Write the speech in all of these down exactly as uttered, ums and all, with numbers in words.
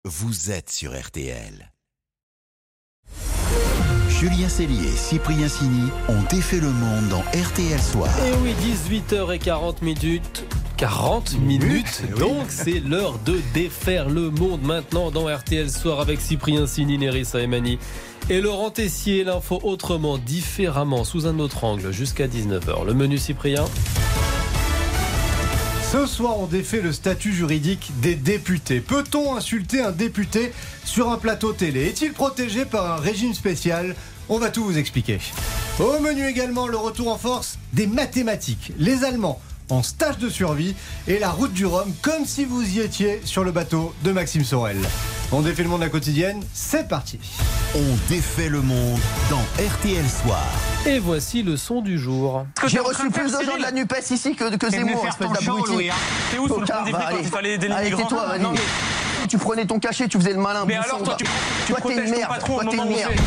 vous êtes sur R T L. Julien Cellier et Cyprien Sini ont défait le monde dans R T L Soir. Et oui, dix-huit heures quarante minutes. quarante minutes, donc c'est l'heure de défaire le monde maintenant dans R T L Soir avec Cyprien Sini, Nerissa Emani et Laurent Tessier. L'info autrement, différemment, sous un autre angle, jusqu'à dix-neuf heures. Le menu, Cyprien. Ce soir, on défait le statut juridique des députés. Peut-on insulter un député sur un plateau télé? Est-il protégé par un régime spécial? On va tout vous expliquer. Au menu également, le retour en force des mathématiques. Les Allemands en stage de survie et la route du Rhum, comme si vous y étiez sur le bateau de Maxime Sorel. On défait le monde de la quotidienne, c'est parti. On défait le monde dans R T L Soir. Et voici le son du jour. J'ai reçu plus de gens de la NUPES ici que, que Zemmour, espèce d'abruti. T'es où sur le point des frics quand il fallait aider les migrants? Tais-toi, Non, mais... Tu prenais ton cachet, tu faisais le malin. Mais bouffon, alors toi, tu, tu toi, t'es une merde. Toi, t'es une merde.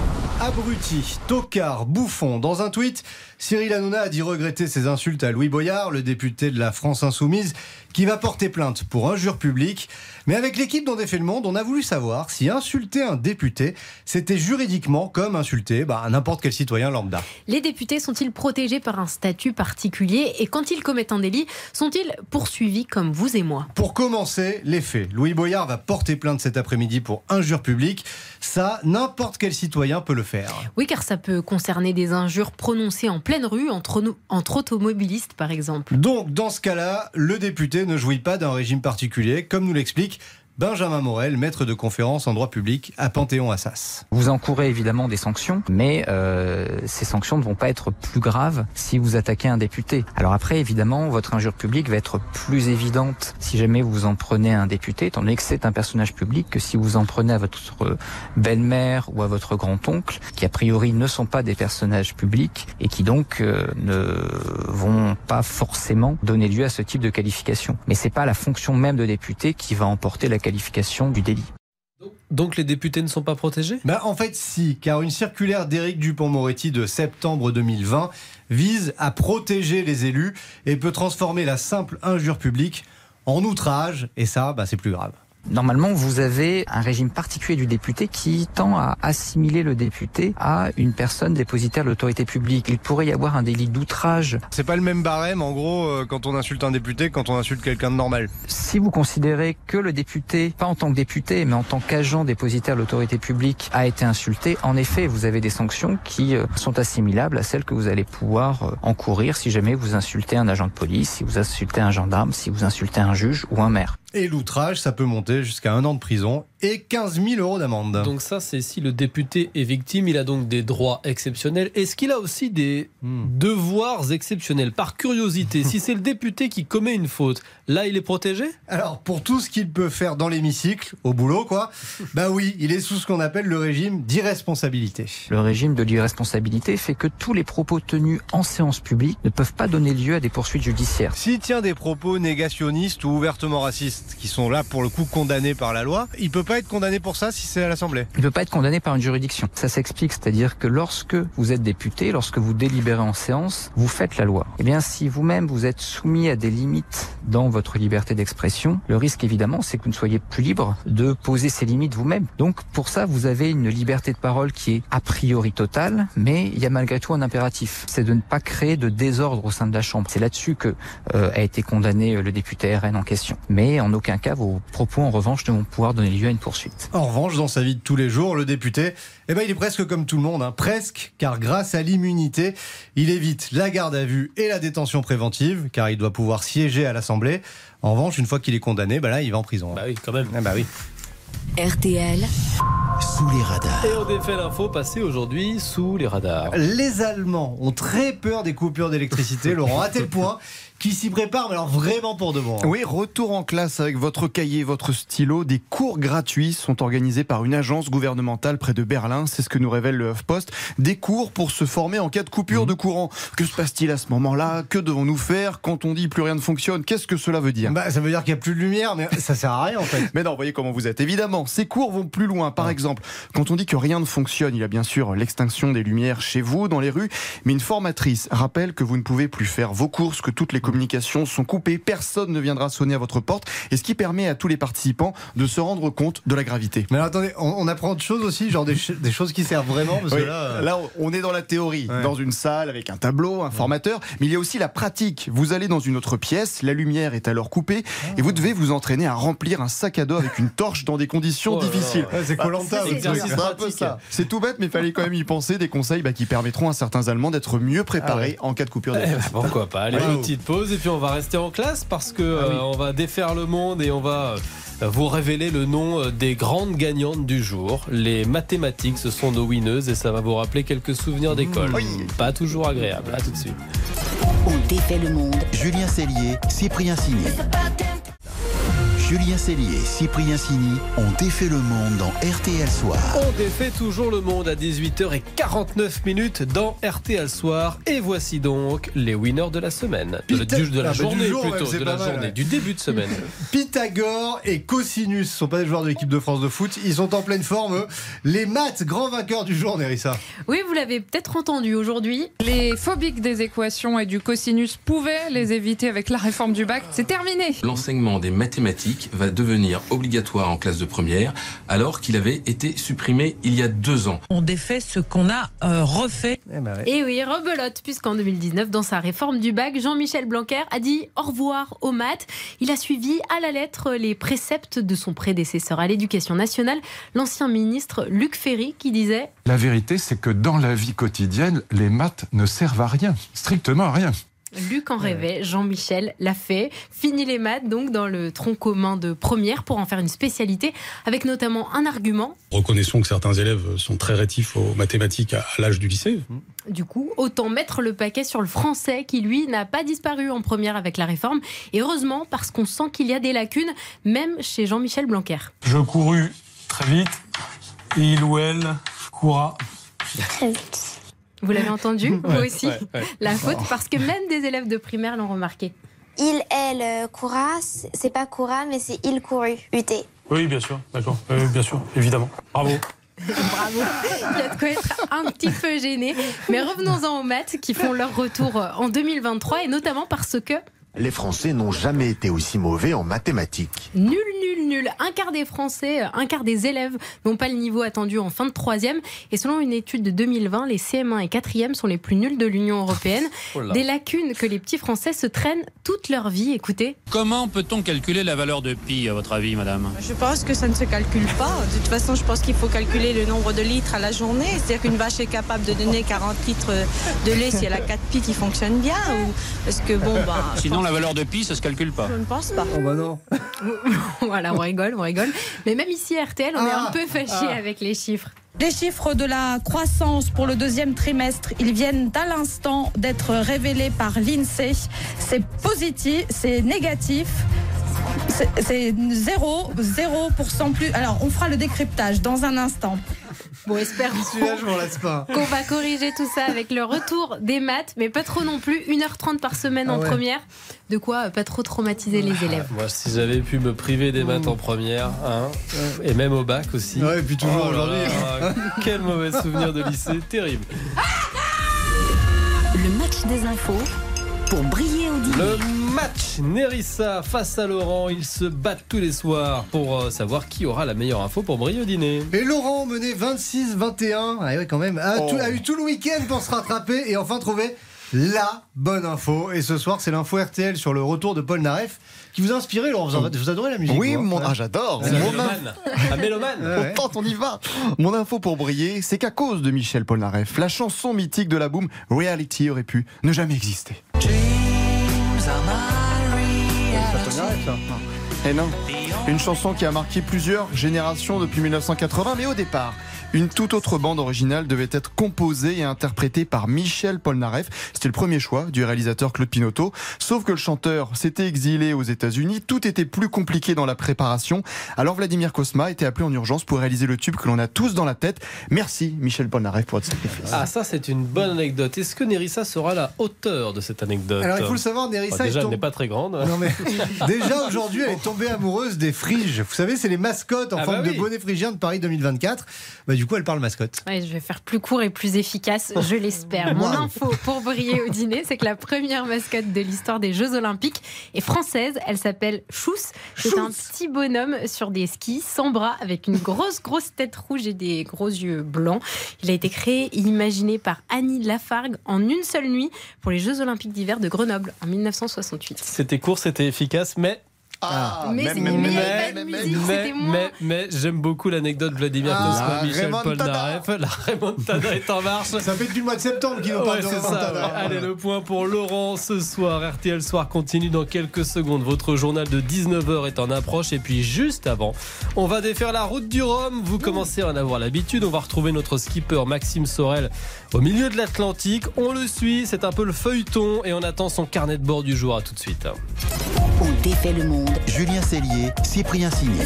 Abruti, tocard, bouffon. Dans un tweet, Cyril Hanouna a dit regretter ses insultes à Louis Boyard, le député de la France Insoumise, qui va porter plainte pour injure publique. Mais avec l'équipe d'On défait le monde, on a voulu savoir si insulter un député, c'était juridiquement comme insulter bah, n'importe quel citoyen lambda. Les députés sont-ils protégés par un statut particulier? Et quand ils commettent un délit, sont-ils poursuivis comme vous et moi? Pour commencer, les faits. Louis Boyard va porter plainte cet après-midi pour injure publique. Ça, n'importe quel citoyen peut le faire. Oui, car ça peut concerner des injures prononcées en pleine rue, entre, entre automobilistes par exemple. Donc, dans ce cas-là, le député ne jouit pas d'un régime particulier, comme nous l'explique Benjamin Morel, maître de conférence en droit public à Panthéon-Assas. Vous encourez évidemment des sanctions, mais euh, ces sanctions ne vont pas être plus graves si vous attaquez un député. Alors après, évidemment, votre injure publique va être plus évidente si jamais vous en prenez à un député, étant donné que c'est un personnage public, que si vous en prenez à votre belle-mère ou à votre grand-oncle, qui a priori ne sont pas des personnages publics et qui donc euh, ne vont pas forcément donner lieu à ce type de qualification. Mais c'est pas la fonction même de député qui va emporter la qualification du délit. Donc les députés ne sont pas protégés? Ben, en fait si, car une circulaire d'Éric Dupond-Moretti de septembre deux mille vingt vise à protéger les élus et peut transformer la simple injure publique en outrage, et ça, ben, c'est plus grave. Normalement, vous avez un régime particulier du député qui tend à assimiler le député à une personne dépositaire de l'autorité publique. Il pourrait y avoir un délit d'outrage. C'est pas le même barème, en gros, euh, quand on insulte un député, quand on insulte quelqu'un de normal. Si vous considérez que le député, pas en tant que député, mais en tant qu'agent dépositaire de l'autorité publique, a été insulté, en effet, vous avez des sanctions qui euh, sont assimilables à celles que vous allez pouvoir euh, encourir si jamais vous insultez un agent de police, si vous insultez un gendarme, si vous insultez un juge ou un maire. Et l'outrage, ça peut monter jusqu'à un an de prison et quinze mille euros d'amende. Donc ça, c'est si le député est victime, il a donc des droits exceptionnels. Est-ce qu'il a aussi des hmm. devoirs exceptionnels? Par curiosité, si c'est le député qui commet une faute, là, il est protégé? Alors, pour tout ce qu'il peut faire dans l'hémicycle, au boulot, quoi, bah oui, il est sous ce qu'on appelle le régime d'irresponsabilité. Le régime de l'irresponsabilité fait que tous les propos tenus en séance publique ne peuvent pas donner lieu à des poursuites judiciaires. S'il tient des propos négationnistes ou ouvertement racistes, qui sont là pour le coup condamnés par la loi, il peut pas être condamné pour ça si c'est à l'Assemblée. Il ne peut pas être condamné par une juridiction. Ça s'explique, c'est-à-dire que lorsque vous êtes député, lorsque vous délibérez en séance, vous faites la loi. Eh bien, si vous-même vous êtes soumis à des limites dans votre liberté d'expression, le risque évidemment, c'est que vous ne soyez plus libre de poser ces limites vous-même. Donc pour ça, vous avez une liberté de parole qui est a priori totale, mais il y a malgré tout un impératif, c'est de ne pas créer de désordre au sein de la Chambre. C'est là-dessus que euh, a été condamné le député R N en question. Mais en aucun cas, vos propos en revanche ne vont pouvoir donner lieu à une poursuite. En revanche, dans sa vie de tous les jours, le député, eh ben, il est presque comme tout le monde, hein. Presque, car grâce à l'immunité, il évite la garde à vue et la détention préventive, car il doit pouvoir siéger à l'Assemblée. En revanche, une fois qu'il est condamné, bah là, il va en prison. Bah oui, quand même. Ah bah oui. R T L sous les radars. Et on défait l'info passée aujourd'hui sous les radars. Les Allemands ont très peur des coupures d'électricité, Laurent, à tel point qu'ils s'y préparent, mais alors vraiment pour de bon. Oui, retour en classe avec votre cahier, votre stylo. Des cours gratuits sont organisés par une agence gouvernementale près de Berlin. C'est ce que nous révèle le HuffPost. Des cours pour se former en cas de coupure mmh. de courant. Que se passe-t-il à ce moment-là? Que devons-nous faire quand on dit plus rien ne fonctionne? Qu'est-ce que cela veut dire? Bah, ça veut dire qu'il n'y a plus de lumière, mais ça sert à rien en fait. Mais non, voyez comment vous êtes. Évidemment, ces cours vont plus loin. Par ah. exemple, quand on dit que rien ne fonctionne, il y a bien sûr l'extinction des lumières chez vous, dans les rues, mais une formatrice rappelle que vous ne pouvez plus faire vos courses, que toutes les communications sont coupées, personne ne viendra sonner à votre porte, et ce qui permet à tous les participants de se rendre compte de la gravité. Mais alors, attendez, on, on apprend autre chose aussi, genre des, ch- des choses qui servent vraiment parce oui, que là, euh... là, on est dans la théorie, ouais. dans une salle avec un tableau, un formateur, mais il y a aussi la pratique. Vous allez dans une autre pièce, la lumière est alors coupée, ah. et vous devez vous entraîner à remplir un sac à dos avec une torche dans des conditions oh difficiles. Ouais, c'est Koh-Lanta, c'est, c'est, c'est un peu ça. C'est tout bête, mais il fallait quand même y penser. Des conseils bah, qui permettront à certains Allemands d'être mieux préparés ah ouais. en cas de coupure d'électricité. Eh ben, pourquoi pas. Allez, une petite pause et puis on va rester en classe parce que ah oui. euh, on va défaire le monde et on va euh, vous révéler le nom des grandes gagnantes du jour. Les mathématiques, ce sont nos winneuses et ça va vous rappeler quelques souvenirs d'école. Oui. Pas toujours agréables. À tout de suite. On défait le monde. Julien Cellier, Cyprien Signé. Julien Cellier et Cyprien Signy ont défait le monde dans R T L Soir. On défait toujours le monde à dix-huit heures quarante-neuf dans R T L Soir. Et voici donc les winners de la semaine. De, Pytha- la, de la ah, journée bah, jour, plutôt, ouais, de la mal, journée, ouais. du début de semaine. Pythagore et Cosinus ne sont pas des joueurs de l'équipe de France de foot. Ils sont en pleine forme. Les maths, grands vainqueurs du jour, Nérissa. Oui, vous l'avez peut-être entendu aujourd'hui. Les phobiques des équations et du cosinus pouvaient les éviter avec la réforme du bac. C'est terminé. L'enseignement des mathématiques va devenir obligatoire en classe de première alors qu'il avait été supprimé il y a deux ans. On défait ce qu'on a euh, refait. Eh ben ouais. Et oui, rebelote, puisqu'en deux mille dix-neuf, dans sa réforme du bac, Jean-Michel Blanquer a dit au revoir aux maths. Il a suivi à la lettre les préceptes de son prédécesseur à l'éducation nationale, l'ancien ministre Luc Ferry, qui disait « La vérité, c'est que dans la vie quotidienne, les maths ne servent à rien, strictement à rien. » Luc en rêvait, Jean-Michel l'a fait. Fini les maths donc dans le tronc commun de première pour en faire une spécialité avec notamment un argument. Reconnaissons que certains élèves sont très rétifs aux mathématiques à l'âge du lycée. Du coup, autant mettre le paquet sur le français qui lui n'a pas disparu en première avec la réforme. Et heureusement parce qu'on sent qu'il y a des lacunes même chez Jean-Michel Blanquer. Je courus très vite et il ou elle courra très vite. Vous l'avez entendu, vous ouais, aussi ouais, ouais. La faute, parce que même des élèves de primaire l'ont remarqué. Il, elle, euh, courra, c'est pas courra, mais c'est il couru, U T. Oui, bien sûr, d'accord, euh, bien sûr, évidemment. Bravo. Bravo. Il y a de quoi être un petit peu gêné. Mais revenons-en aux maths qui font leur retour en deux mille vingt-trois et notamment parce que... Les Français n'ont jamais été aussi mauvais en mathématiques. Nul, nul, nul. Un quart des Français, un quart des élèves n'ont pas le niveau attendu en fin de troisième. Et selon une étude de deux mille vingt, les C M un et quatrième sont les plus nuls de l'Union européenne. Oh des lacunes que les petits Français se traînent toute leur vie. Écoutez. Comment peut-on calculer la valeur de pi, à votre avis, madame ? Je pense que ça ne se calcule pas. De toute façon, je pense qu'il faut calculer le nombre de litres à la journée. C'est-à-dire qu'une vache est capable de donner quarante litres de lait si elle a quatre pi qui fonctionnent bien. Ou... Parce que bon, bah... Sinon, la valeur de pi, ça se calcule pas. Je ne pense pas. Oh bah non. Voilà, on rigole, on rigole. Mais même ici à R T L, on ah, est un peu fâchés ah. avec les chiffres. Les chiffres de la croissance pour le deuxième trimestre, ils viennent à l'instant d'être révélés par l'INSEE. C'est positif, c'est négatif. C'est, c'est zéro, zéro pour cent plus. Alors, on fera le décryptage dans un instant. Bon, espérons je m'en laisse pas. qu'on va corriger tout ça avec le retour des maths, mais pas trop non plus, une heure trente par semaine ah en ouais. première. De quoi pas trop traumatiser les élèves. Moi, si j'avais pu me priver des maths mmh. en première, hein, et même au bac aussi. Ouais, et puis toujours oh aujourd'hui. Là, quel mauvais souvenir de lycée, terrible. Le match des infos pour briller au dîner. Le match Nérissa face à Laurent, ils se battent tous les soirs pour savoir qui aura la meilleure info pour briller au dîner. Et Laurent menait vingt-six vingt et un, ah ouais, quand même, a, oh. tout, a eu tout le week-end pour se rattraper et enfin trouver la bonne info. Et ce soir, c'est l'info R T L sur le retour de Paul Naref qui vous a inspiré, Laurent. Vous, vous adorez la musique? Oui, vous, mon... hein, ah, j'adore. Un mélomane. Un mélomane. Ouais. On tente, on y va. Mon info pour briller, c'est qu'à cause de Michel Polnareff, la chanson mythique de la boom Reality aurait pu ne jamais exister. Eh non, une chanson qui a marqué plusieurs générations depuis mille neuf cent quatre-vingts, mais au départ, une toute autre bande originale devait être composée et interprétée par Michel Polnareff. C'était le premier choix du réalisateur Claude Pinoteau. Sauf que le chanteur s'était exilé aux États-Unis. Tout était plus compliqué dans la préparation. Alors Vladimir Cosma a été appelé en urgence pour réaliser le tube que l'on a tous dans la tête. Merci Michel Polnareff pour votre sacrifice. Ah, ça c'est une bonne anecdote. Est-ce que Nérissa sera la hauteur de cette anecdote? Alors il faut le savoir, Nérissa. Bon, déjà, tombe... elle n'est pas très grande. Non, mais déjà aujourd'hui, elle est tombée amoureuse des friges. Vous savez, c'est les mascottes en ah forme bah oui. de bonnet phrygien de Paris deux mille vingt-quatre. Bah, du coup, elle parle mascotte. Ouais, je vais faire plus court et plus efficace, je l'espère. Mon info pour briller au dîner, c'est que la première mascotte de l'histoire des Jeux Olympiques est française. Elle s'appelle Chousse. C'est Chousse. Un petit bonhomme sur des skis, sans bras, avec une grosse, grosse tête rouge et des gros yeux blancs. Il a été créé et imaginé par Annie Lafargue en une seule nuit pour les Jeux Olympiques d'hiver de Grenoble en mille neuf cent soixante-huit. C'était court, c'était efficace, mais... Ah, mais, mais, mais, mais, mais, musique, mais, mais, mais j'aime beaucoup l'anecdote Vladimir ah, Cosma, Michel Polnareff. La remontada est en marche. Ça fait depuis le mois de septembre qu'il nous parle ouais, de remontada. Ça, ouais. Allez, le point pour Laurent ce soir. R T L Soir continue dans quelques secondes. Votre journal de dix-neuf heures est en approche. Et puis juste avant, on va défaire la route du Rhum. Vous commencez à en avoir l'habitude. On va retrouver notre skipper Maxime Sorel au milieu de l'Atlantique. On le suit, c'est un peu le feuilleton. Et on attend son carnet de bord du jour. À tout de suite. On défait le monde. Julien Cellier, Cyprien Signé.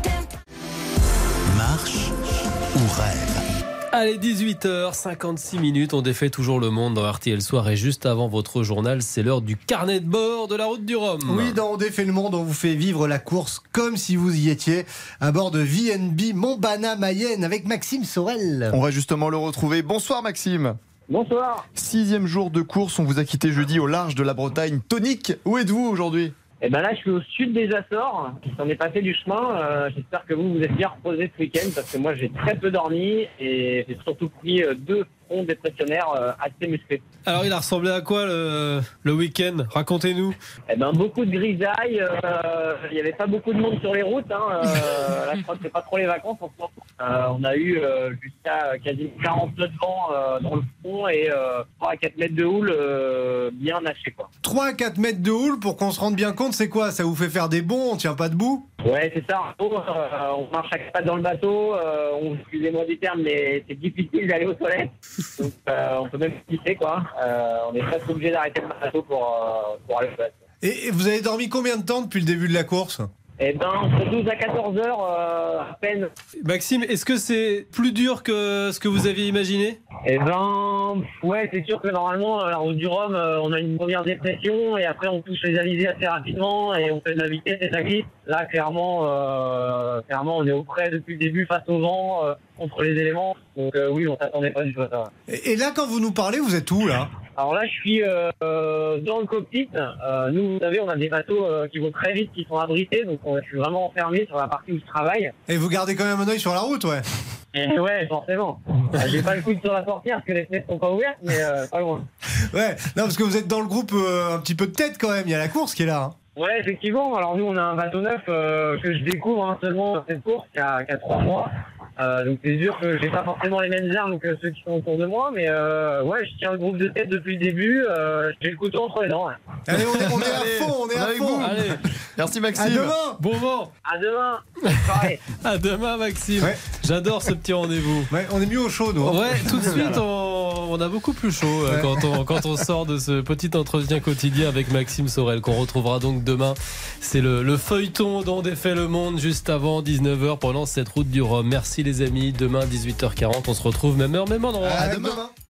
Marche ou rêve? Allez, dix-huit heures cinquante-six minutes, on défait toujours le monde dans R T L Soir. Et juste avant votre journal, c'est l'heure du carnet de bord de la route du Rhum. Oui, dans On défait le monde, on vous fait vivre la course comme si vous y étiez à bord de V N B Montbana-Mayenne avec Maxime Sorel. On va justement le retrouver. Bonsoir Maxime. Bonsoir. Sixième jour de course, on vous a quitté jeudi au large de la Bretagne. Tonique, où êtes-vous aujourd'hui ? Eh ben là, je suis au sud des Açores. J'en ai passé du chemin. Euh, j'espère que vous vous êtes bien reposé ce week-end parce que moi, j'ai très peu dormi et j'ai surtout pris euh, deux fronts dépressionnaires euh, assez musclés. Alors, il a ressemblé à quoi le, le week-end ? Racontez-nous. Eh ben, beaucoup de grisailles. Euh, il n'y avait pas beaucoup de monde sur les routes. Hein. Euh, là, je crois que c'est pas trop les vacances en ce moment. Euh, on a eu euh, jusqu'à quasiment quarante nœuds de vent euh, dans le front et euh, trois à quatre mètres de houle euh, bien hachés, quoi. trois à quatre mètres de houle, pour qu'on se rende bien compte, c'est quoi ? Ça vous fait faire des bonds, on tient pas debout ? Ouais, c'est ça. Euh, on marche à quatre pattes dans le bateau. Euh, on, excusez-moi du terme, mais c'est difficile d'aller aux toilettes. Donc, euh, on peut même pisser, quoi. Euh, on est presque obligé d'arrêter le bateau pour, euh, pour aller aux toilettes. Et, et vous avez dormi combien de temps depuis le début de la course ? Eh ben, entre douze à quatorze heures, euh, à peine. Maxime, est-ce que c'est plus dur que ce que vous aviez imaginé ? Eh ben, ouais, c'est sûr que normalement, la route du Rhum, euh, on a une première dépression et après on touche les alizés assez rapidement et on fait de la vitesse et ça glisse. Là, clairement, euh, clairement, on est au près depuis le début face au vent, euh, contre les éléments. Donc euh, oui, on s'attendait pas du tout à ça. Et, et là, quand vous nous parlez, vous êtes où là ? Alors là, je suis euh, dans le cockpit. Euh, nous, vous savez, on a des bateaux euh, qui vont très vite, qui sont abrités, donc on, je suis vraiment enfermé sur la partie où je travaille. Et vous gardez quand même un œil sur la route, ouais. Et ouais, forcément. J'ai pas le coude sur la portière parce que les fenêtres sont pas ouvertes, mais euh, pas loin. Ouais, non, parce que vous êtes dans le groupe euh, un petit peu de tête quand même. Il y a la course qui est là. Hein. Ouais, effectivement. Alors nous, on a un bateau neuf euh, que je découvre hein, seulement dans cette course il y a, il y a trois mois. Euh, donc c'est sûr que j'ai pas forcément les mêmes armes que ceux qui sont autour de moi, mais euh, ouais, je tiens le groupe de tête depuis le début. Euh, j'ai le couteau entre les dents. Hein. Allez, on est, on est à fond, on est à fond. Allez, merci Maxime. À demain. Bon vent. À demain. Pareil. À demain Maxime. Ouais. J'adore ce petit rendez-vous. Ouais, on est mieux au chaud, nous. Ouais, tout de suite, on, on a beaucoup plus chaud ouais. quand, on, quand on sort de ce petit entretien quotidien avec Maxime Sorel, qu'on retrouvera donc demain. C'est le, le feuilleton dont défait le monde juste avant dix-neuf heures pendant cette route du Rhum. Merci les amis. Demain, dix-huit heures quarante, on se retrouve même heure, même endroit. À demain.